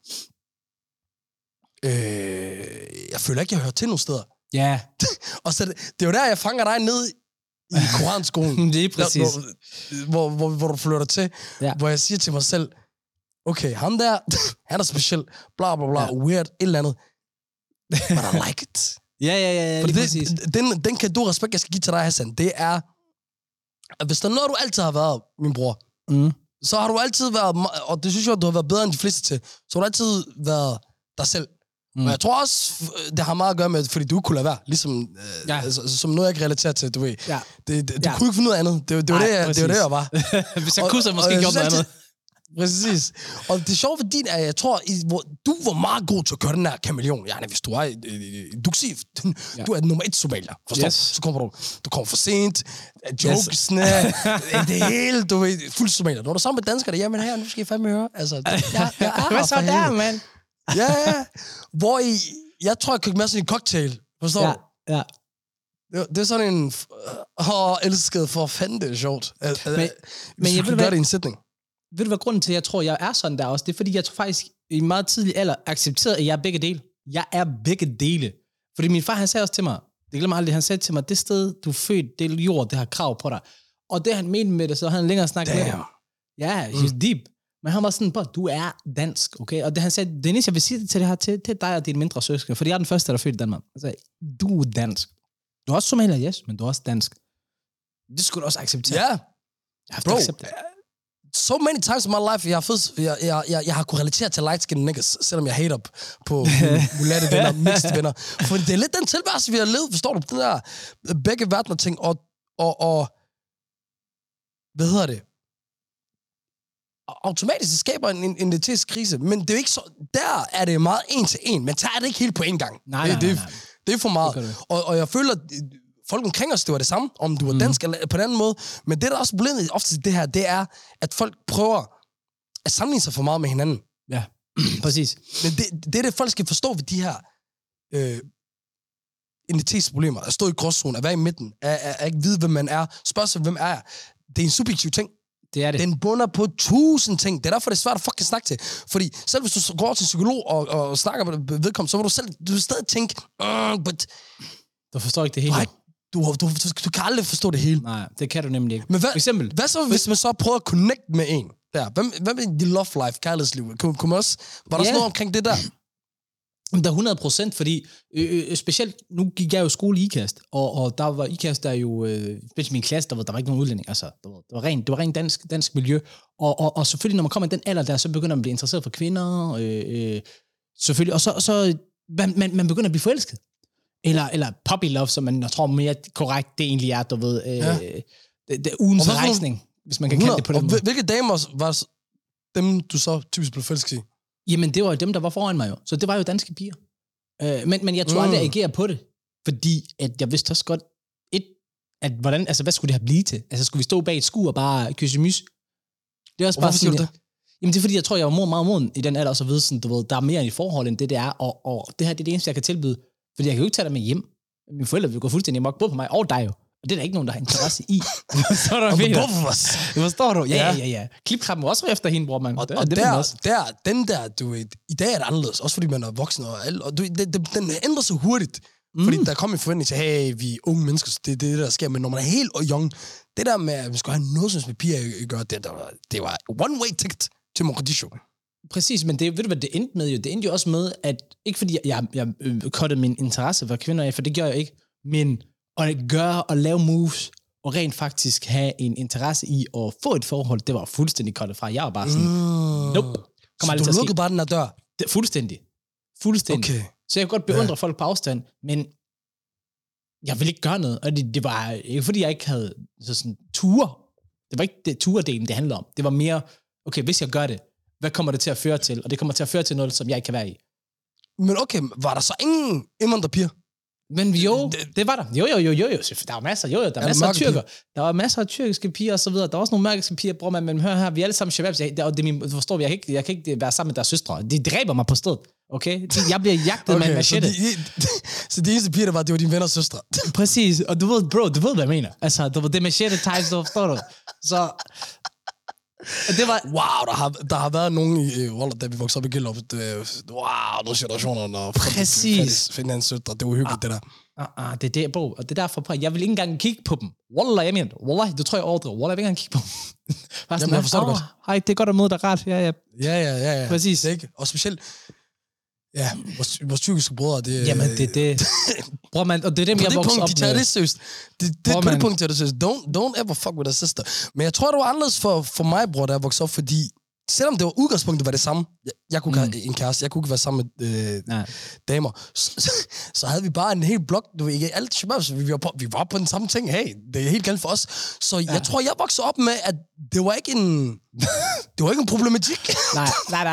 jeg føler ikke, jeg hører til nogen steder. Ja. Og så det er jo der, jeg fanger dig ned i koranskolen. Det er præcis. Hvor du flytter til, hvor jeg siger til mig selv, okay, ham der, han er speciel, bla bla bla, weird, et eller andet. But I like it. Ja, lige præcis. Den kan du respekt, jeg skal give til dig, Hassan, det er, at hvis der er noget, du altid har været, min bror, så har du altid været, og det synes jeg, du har været bedre end de fleste til, så har du altid været dig selv. Og jeg tror også, det har meget at gøre med, fordi du kunne lade være, ligesom som noget, jeg ikke relaterer til, du ved. Ja. Du kunne ikke finde noget andet. Det var det, jeg var. Hvis jeg kunne, så måske gjort noget andet. Præcis. Og det sjove for din er, jeg tror, du var meget god til at køre den her kameleon. Ja, hvis du er, du kan sige, du er nummer 1 somalier. Forstår? Yes. Så kommer du kommer for sent, jokesene, det hele, du ved, fuld somalier. Når du er sammen med danskere, jamen her, nu skal I fandme høre. Altså, jeg er hvad så der, mand? Ja. Hvor jeg tror, jeg købte med sådan en cocktail. Forstår du? Ja. Det er sådan en... elsket for fanden, det er sjovt. Men jeg vil gøre det i en sætning. Ved du, hvad grunden til, at jeg tror, jeg er sådan der også? Det er, fordi jeg tror faktisk i en meget tidlig alder accepterede, at jeg er begge dele. Jeg er begge dele. Fordi min far, han sagde også til mig, det glemmer aldrig, han sagde til mig, det sted, du er født, det er jord, det har krav på dig. Og det han mente med det, så han længere snakket med det. Ja, he's deep. Men han var sådan, du er dansk, okay? Og det han sagde, Dennis, jeg vil sige det til det her, til dig og dine mindre søskende, fordi jeg er den første, der er født i Danmark. Han sagde, du er dansk. Du er også somalier, yes, men du er også dansk. Det skulle du også acceptere. Ja. Bro, so many times in my life, jeg har kunnet relatere til light-skinned niggas, selvom jeg hater på mulatte venner, mixed venner. For det er lidt den tilværelse, vi har levet, forstår du? Den der begge verdener ting, og hvad hedder det? Automatisk skaber en identitetskrise, men det er jo ikke så, der er det meget en til en, men tager det ikke helt på en gang. Nej. Det er for meget. Og jeg føler, folk omkring os, det var det samme, om du var dansk eller på den anden måde, men det der også problemet ofte det her, det er, at folk prøver at sammenligne sig for meget med hinanden. Ja, præcis. Men det er det, folk skal forstå ved de her identitetsproblemer, at stå i gråzonen, at være i midten, at ikke vide, hvem man er, spørge sig, hvem er jeg. Det er en subjektiv ting. Det er det. Den bunder på 1000 ting. Det er derfor, det er svært at fucking snakke til. Fordi selv hvis du går til en psykolog og snakker med vedkommende, så vil du vil stadig tænke, but... Du forstår ikke det hele. Du kan aldrig forstå det hele. Nej, det kan du nemlig ikke. Men For eksempel, hvad så, hvis man så prøver at connect med en? Der. Hvad med de love life, kærlighedsliv? Var der sådan noget omkring det der? Der er 100%, fordi specielt, nu gik jeg jo skole i IKAST, og der var IKAST, der jo, specielt min klasse, der var ikke nogen udlænding, altså, det var rent dansk miljø, og selvfølgelig, når man kommer i den alder der, så begynder man at blive interesseret for kvinder, selvfølgelig, og så man begynder at blive forelsket, eller puppy love, som man tror mere korrekt, det egentlig er, du ved, det er ugens rejsning, hvis man kan kalde det på den måde. Hvilke damer var dem, du så typisk blev forelsket i? Jamen, det var jo dem, der var foran mig jo. Så det var jo danske piger. Men jeg tror aldrig at agere på det. Fordi at jeg vidste også godt, hvad skulle det have blive til? Altså, skulle vi stå bag et skur og bare kysse mys? Det er også bare sådan, det? Jamen, det er fordi, jeg tror, jeg var meget moden i den alder, og så ved sådan, du ved, der er mere i forhold, end det er, og det her, det er det eneste, jeg kan tilbyde. Fordi jeg kan jo ikke tage dig med hjem. Mine forældre vil gå fuldstændig amok, både på mig og dig jo. Og det er der ikke nogen, der har interesse i. Så er det forstår du? Ja. Klipkrabben også efter hende, bror, man. Og den der, du ved, i dag er det anderledes, også fordi man er voksen, og den ændrer sig hurtigt. Fordi der kommer en forventning til, hey, vi er unge mennesker, så det er det, der sker. Men når man er helt young, det der med, at man skal have noget, som med piger gør, det var one-way ticket til Mogadishu. Præcis, men ved du, hvad det endte med jo? Det endte jo også med, at ikke fordi jeg cuttede min interesse for kvinder af, for det gør jeg ikke, men at gøre og lave moves, og rent faktisk have en interesse i at få et forhold, det var fuldstændig cuttet fra. Jeg var bare sådan, nope. Så du lukkede bare den her dør? Fuldstændig. Okay. Så jeg kan godt beundre folk på afstand, men jeg ville ikke gøre noget, og det var ikke fordi, jeg ikke havde sådan ture. Det var ikke det turedelen, det handlede om. Det var mere, okay, hvis jeg gør det, hvad kommer det til at føre til? Og det kommer til at føre til noget, som jeg ikke kan være i. Men okay, var der så ingen indvandrerpiger? Men jo, det var der. Jo. Der var masser, der var masser af tyrker. Der var masser af tyrkiske piger og så videre. Der var også nogle mørkiske piger, bror, men hør her, vi er alle sammen shababs. Du forstår, jeg kan ikke være sammen med deres søstre. De dræber mig på stedet, okay? Jeg bliver jagtet med en machete. Så de eneste piger, det var dine venners søstre? Præcis, og du ved, hvad jeg mener. Altså, det machete times, du forstår du. Så... Det var... Wow, der har været nogen i Roller, da vi voksede op i Gellerup. Nogle situationer, når finder en søster. Det var uhyggeligt, det der. Det er det, bro. Og det er derfor, jeg vil ikke engang kigge på dem. Wallah, jeg mener det. Wallah, det tror jeg overdriver. Wallah, jeg vil ikke engang kigge på dem. Jamen, jeg forstår det godt. Hej, det er godt at møde dig ret. Ja. Præcis. Det ikke? Og specielt... Ja, vores tyrkiske brødre, det... Jamen, det... Bror, man, og det er dem, jeg voksede op med. De tager det seriøst. På det punkt tager det seriøst. Don't ever fuck with a sister. Men jeg tror, det var anderledes for mig, bror, da jeg voksede op, fordi selvom det var udgangspunktet var det samme, jeg kunne have en kæreste, jeg kunne ikke være sammen med damer, så havde vi bare en hel blok, du ved ikke, alt shabab, så vi var på den samme ting. Hey, det er helt galt for os. Så jeg tror, jeg voksede op med, at det var ikke en problematik. Nej.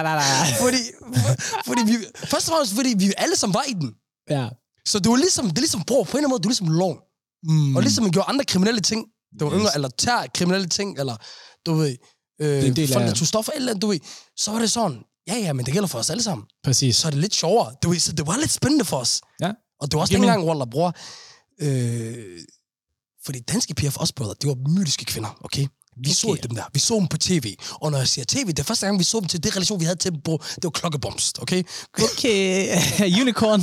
fordi vi, først og fremmest, fordi vi alle sammen var i den. Ja. Så det er ligesom, bror, på en eller anden måde, du er ligesom loven. Og ligesom man gjorde andre kriminelle ting, det var yngre, eller tager kriminelle ting, eller du ved, folk, der tog stoffer, eller du ved, så var det sådan, ja, men det gælder for os alle sammen. Præcis. Så er det lidt sjovere. Du ved, så det var lidt spændende for os. Ja. Og det var også dengang, Wallah, bror, fordi danske piger for os, brother, de var mytiske kvinder, okay? Vi så dem der. Vi så dem på tv. Og når jeg siger tv, det er første gang, vi så dem til det relation, vi havde til dem, bro, det var klokkebombs, okay? Okay, unicorns.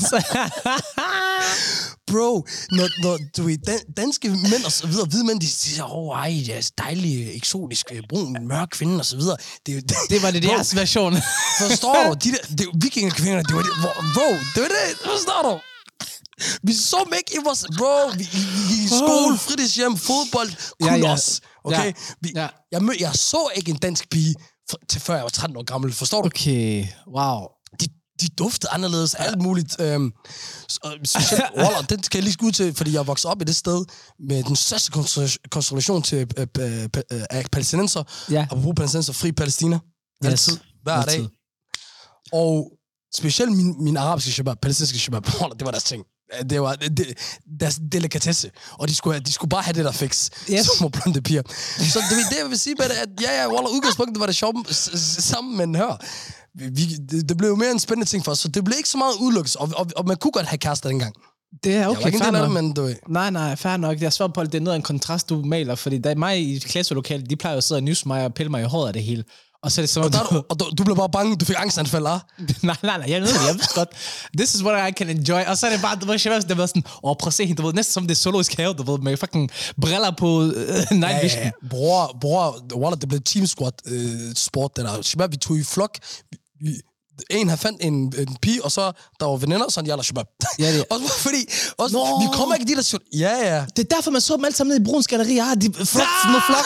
Bro, når du ved, danske mænd og så videre, hvide mænd, de siger, ej, det er dejlige, eksotiske, brun, mørk kvinde og så videre. Det var det deres version. Forstår du? Vikingekvinder, det var det. Bro, det var det. Forstår du? Vi så dem ikke i vores... Bro, vi i skole, fritidshjem, fodbold, kun os. Okay? Jeg så ikke en dansk pige, til før jeg var 13 år gammel. Forstår du? Okay, wow. De duftede anderledes, alt muligt. Specielt Waller, den skal jeg lige ud til, fordi jeg voksede op i det sted med den største konstellation til palæstinenser. Apropos palæstinenser, fri Palæstina. Altid, hver dag. Og specielt min arabiske shabab, palæstinensiske shabab, det var deres ting. Det var deres delikatesse. Og de skulle bare have det der fix. Som var blonde piger. Så det jeg vil sige med det, at Waller, udgangspunktet var det sjovt sammen, men hør. Det blev jo mere en spændende ting for os, så det blev ikke så meget udelukkes, og man kunne godt have kærester dengang. Det er Jeg var okay, ikke en fair del af nok. det, men du ved. Nej, fair nok. Jeg svarer på, at det er noget af en kontrast, du maler, fordi der er mig i klasselokalet, de plejer jo at sidde og nyse mig og pille mig i håret af det hele. Og så er det sådan, Og du blev bare bange, du fik angstanfald, nej, jeg ved det, jeg vidste godt. This is what I can enjoy. Og så er det bare, det var sådan, prøv at se hende, du ved, næsten som det er zoologisk have, du ved, med fucking briller på night vision. Ja. Bror, Wallah, det blev team squad sport, det der. Shabab, vi tog i flok. En havde fandt en pige, og så der var veninder, sådan jalla shabab. Ja, det. Også fordi, vi kommer ikke de der... Ja. Det er derfor, man så dem alle sammen nede i Bruns Galleri. De flok med flok.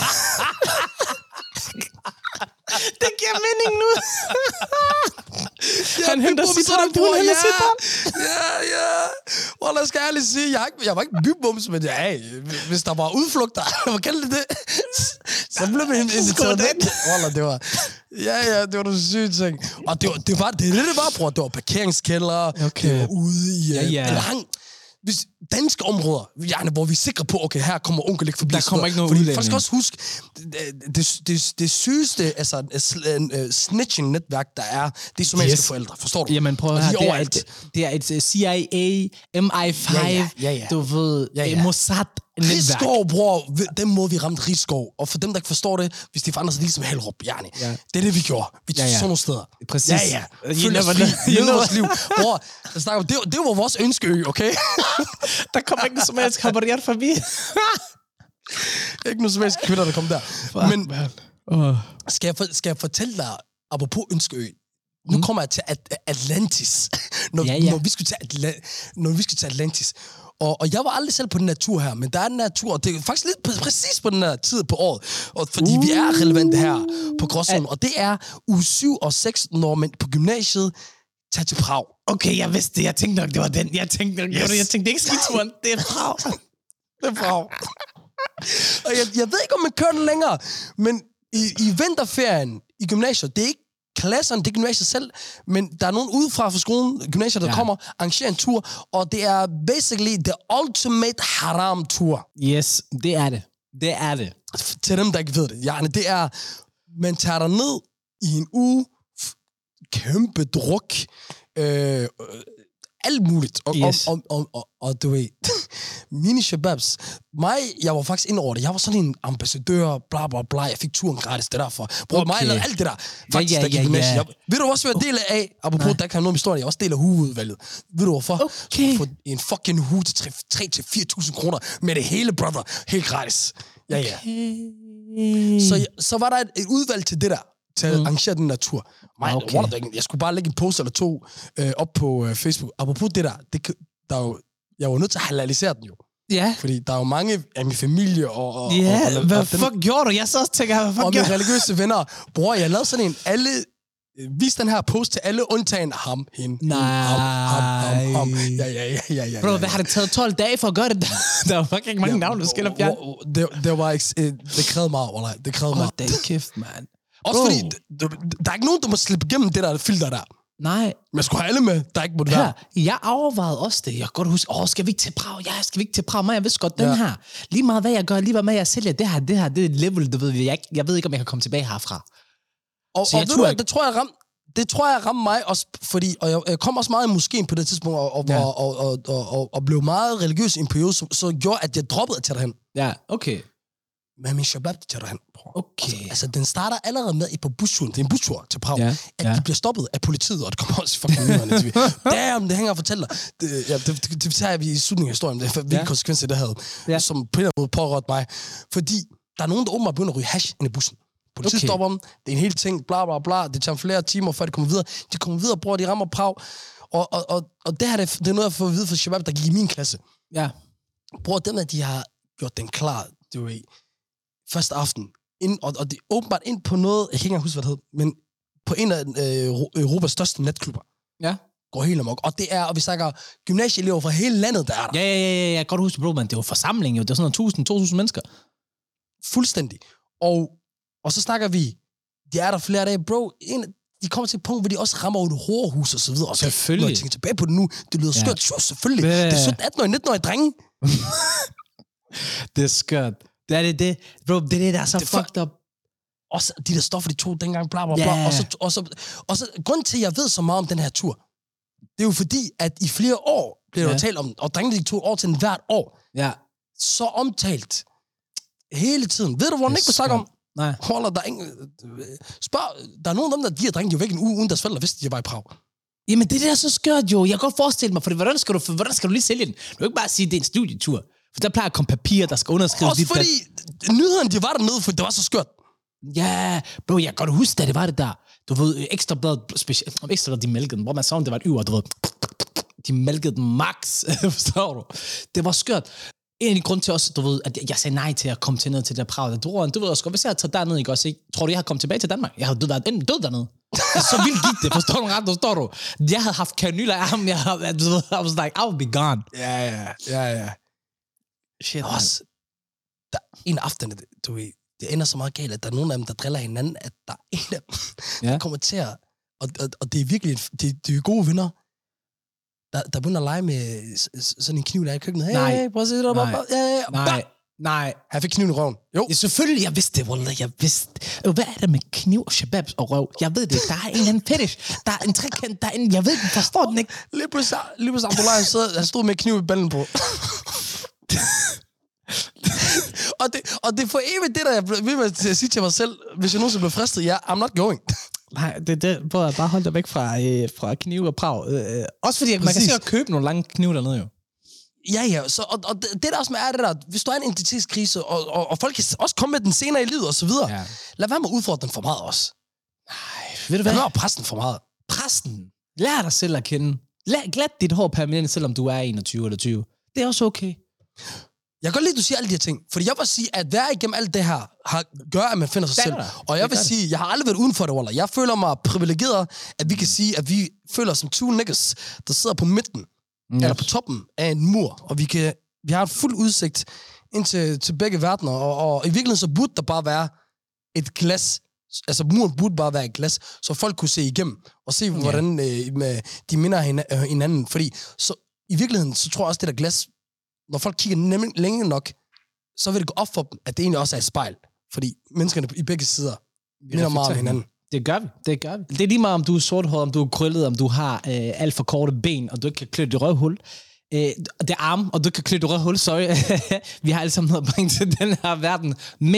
Det giver mening nu. Han henter citron, hun henter citron. Ja. Wallah, jeg skal ærligt sige, jeg var ikke bybums, men hvis der var udflugter, hvad kalder det? Så blev man inviteret den. Wallah, det var... Ja, det var nogle syge ting. Og det var, bror. Det var parkeringskælder. Okay. Det var ude i... Ja. Eller hvis danske områder, hvor vi er sikre på, okay, her kommer onkel ikke forbi. Der kommer ikke noget udlænding. udlænding. Folk skal også huske, det sygeste, altså snitching-netværk, der er, det er somaliske forældre, forstår du? Jamen prøv at høre, det er et CIA, MI5, ja. du ved, Mossad. Rigskov, bror, den måde vi ramte Rigskov. Og for dem, der ikke forstår det, hvis de forandrer sig ligesom Hellerup, yani. Ja. Det er det, vi gjorde. Vi tog sådan nogle steder. Præcis. Ja. Følg vores liv. Bror, det var vores ønskeø, okay? Der kommer ikke noget somalisk kabarriere forbi. Ikke nogen somaliske kvinder, der kom der. Men skal jeg fortælle dig, apropos ønskeø, nu kommer jeg til Atlantis. Når vi skal til Atlantis. Og jeg var aldrig selv på den her tur her, men der er den her tur, og det er faktisk lidt præcis på den her tid på året, og fordi vi er relevante her på Gråzonen, og det er uge 7 og 6, når man på gymnasiet tager til Prag. Okay, jeg vidste det. Jeg tænkte nok, det var den. Jeg tænkte ikke skituren. Det er Prag. Det er Prag. Og jeg ved ikke, om man kører den længere, men i vinterferien i gymnasiet, det er ikke klasserne, det er gymnasiet selv, men der er nogen udefra fra skolen, gymnasiet, der kommer, arrangerer en tur, og det er basically the ultimate haram-tur. Yes, det er det. Det er det. Til dem, der ikke ved det. Ja, det er, man tager dig ned i en uge, kæmpe druk, alt muligt. Og du ved, mine shababs, jeg var faktisk ind over det. Jeg var sådan en ambassadør, bla bla bla. Jeg fik turen gratis, det derfor. Bror, mig lavede alt det der. Faktisk, der gik gymnasiet. Ved du også, hvad jeg del af? Apropos, der kan have noget med historien. Jeg også del af hueudvalget. Ved du hvorfor? Okay. For en fucking hue til 3-4.000 kroner med det hele, brother. Helt gratis. Ja. Så var der et udvalg til det der. Til at arrangere den der tur. Jeg skulle bare lægge en post eller to op på Facebook. Apropos det der, jeg var nødt til at halalisere den jo. Ja. Fordi der er jo mange af min familie og hvad fuck gjorde du? Jeg så også tænker, hvad fuck og mine religiøse venner. Bror, jeg lavede sådan en, vis den her post til alle, undtagen ham, hende. Nej. Ham. Ja. Bro, hvad har det taget 12 dage for at gøre det? Der var fucking mange navne, du skal fjerne. Det krævede meget, wallah. Det krævede meget. Det er kæft, man. Også fordi, der er ikke nogen, der må slippe igennem det der filter der. Nej. Men jeg skulle have alle med, der ikke måtte være. Jeg overvejede også det. Jeg kan godt huske, skal vi ikke til Prag? Ja, skal vi ikke til Prag? Men jeg vidste godt, den her. Lige meget hvad jeg gør, lige meget hvad jeg sælger, det her, det er et level, du ved. Jeg ved ikke, om jeg kan komme tilbage herfra. Og det tror jeg ramte mig også, fordi, og jeg kom også meget i moskeen på det tidspunkt, og blev meget religiøs i en periode, så gjorde, at jeg droppede at tage derhen. Ja, okay. Men min shabab, det tager derhen. Okay. Altså, den starter allerede med på busturen. Det er en bustur til Prag. At de bliver stoppet af politiet, og det kommer også i fucking nyhederne. Damn, det hænger og fortæller. Det tager vi i slutningen af historien. Hvilke konsekvenser det havde. Som på en eller anden måde pårørte mig. Fordi der er nogen, der åbenbart begynder at ryge hash ind i bussen. Politiet stopper dem. Det er en hel ting. Bla, bla, bla. Det tager flere timer, før de kommer videre. De kommer videre, bror. De rammer Prag. Og det her, det er noget, jeg får at vide fra shabab, der gik i min klasse. Ja. Bror, dem at de har gjort den klar, du ved, første aften, og det er åbenbart ind på noget, jeg kan ikke engang huske, hvad det hed, men på en af Europas største natklubber. Ja. Går helt amok. Og det er, og vi snakker gymnasieelever fra hele landet, der er der. Ja, jeg kan godt huske, bro, man. Det var forsamling jo. Det var sådan 2.000 mennesker. Fuldstændig. Og så snakker vi, de er der flere dage, bro, de kommer til et punkt, hvor de også rammer et hårhus og så videre. Og selvfølgelig. Når jeg tænker tilbage på det nu, det lyder skørt. Jo, selvfølgelig. Det er 17, 18-årige, 19-årige drenge. Det er skørt. Det er det. Bro, det er det, der er så fucked up. Også de der stoffer, de tog dengang, bla bla bla. Og så grunden til, at jeg ved så meget om den her tur, det er jo fordi, at i flere år bliver der talt om, og drengene tog over til hvert år. Ja. Så omtalt. Hele tiden. Ved du, hvor den ikke vil snakke om? Nej. Holder der ingen... der er nogen af dem, der giver drengene jo væk en uge, uden deres forældre vidste, de var i Prag. Jamen, det der er så skørt jo. Jeg kan godt forestille mig, for hvordan skal du lige sælge den? Du kan ikke bare sige, at det er en studietur. For der plejer at komme papirer, der skal underskrives. Også fordi nyhederne, de var dernede, for det var så skørt. Ja, bro, jeg kan godt huske, da det var det der. Du ved, Ekstrabladet specielt. Ekstrabladet, de mælkede den. Hvor man sagde, det var et yver, du ved. De mælkede den max. Forstår du? Det var skørt. En af de grunde til også, du ved, at jeg sagde nej til at komme til ned til det Prag. Du ved også godt, hvis jeg havde taget derned, ikke også, ikke? Tror du, jeg havde kommet tilbage til Danmark? Jeg havde været enten død dernede. Så vildt gik det, forstår du ret, forstår du? Jeg havde haft kanyler af ham, du ved, I was like, I'll be gone. Ja. Shit, også, der en aften, du ved, det ender så meget galt, at der er nogen af dem, der driller hinanden, at der er en af dem, der kommer til at, og det er virkelig, det er gode venner, der begynder at lege med sådan en kniv, der er i køkkenet. Hey, prøv at se det. Nej. Han fik kniven i røven. Jo. Ja, selvfølgelig, jeg vidste det, Wallah. Jeg vidste. Hvad er det med kniv, shababs og røv? Jeg ved det. Der er en eller anden fetish. Der er en trekant. Der er en... Jeg ved det. Forstår den ikke. Lige pludselig Abdullah, han stod med kniv i ballen på. og det for evigt det, der jeg vil sige til mig selv, hvis jeg nogensinde bliver fristet, I'm not going. Nej, det bare hold dig væk fra kniv og Prag. Også fordi, man kan sikkert købe nogle lange knive dernede, jo. Ja, så, og det der også med er det der, hvis du er en identitetskrise, og folk kan også komme med den senere i livet, og så videre, lad være med at udfordre den for meget også. Nej, ved du hvad? Lad være med at presse den for meget. Pressen. Lær dig selv at kende. Glat dit hår permanent, selvom du er 21 eller 20. Det er også okay. Jeg kan godt lide, at du siger alle de her ting, fordi jeg vil sige, at være igennem alt det her, gør, at man finder sig selv. Og jeg vil sige, jeg har aldrig været uden for det, Wallah. Jeg føler mig privilegeret, at vi kan sige, at vi føler os som 2 niggas, der sidder på midten, eller på toppen af en mur, og vi har en fuld udsigt ind til begge verdener, og i virkeligheden så burde der bare være et glas, altså muren burde bare være et glas, så folk kunne se igennem, og se, hvordan de minder hinanden, fordi så, i virkeligheden, så tror jeg også, det der glas, når folk kigger længe nok, så vil det gå op for dem, at det egentlig også er et spejl, fordi menneskerne i begge sider minder meget om hinanden. Det gør vi. Det er lige meget, om du er sorthåret, om du er krøllet, om du har alt for korte ben, og du ikke kan klø det røvhul. Det er arme, og du ikke kan klø det røvhul, sorry. Vi har alle sammen noget at bringe til den her verden.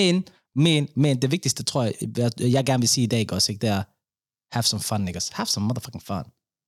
Men det vigtigste, tror jeg gerne vil sige i dag også, ikke? Det er, have some fun, niggas. Have some motherfucking fun.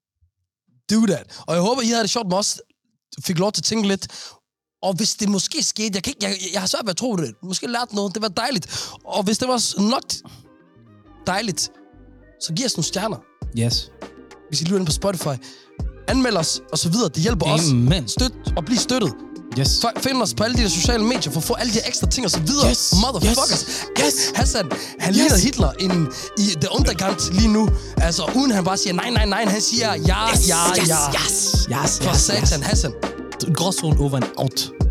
Do that. Og jeg håber, I havde det sjovt med os. Fik lov til at tænke lidt. Og hvis det måske skete, jeg har svært ved at tro det. Måske lærte noget. Det var dejligt. Og hvis det var nok dejligt, så giv os nogle stjerner. Yes. Hvis I lytter ind på Spotify. Anmeld os, og så videre. Det hjælper os. Støt og bliv støttet. Yes. Find os på alle de der sociale medier, for at få alle de her ekstra ting og så videre. Yes. Motherfuckers. Yes. Hassan, han ligner Hitler i The Underground lige nu. Altså, uden han bare siger nej. Han siger ja. Yes. For satan, Hassan. Gråzone over and out.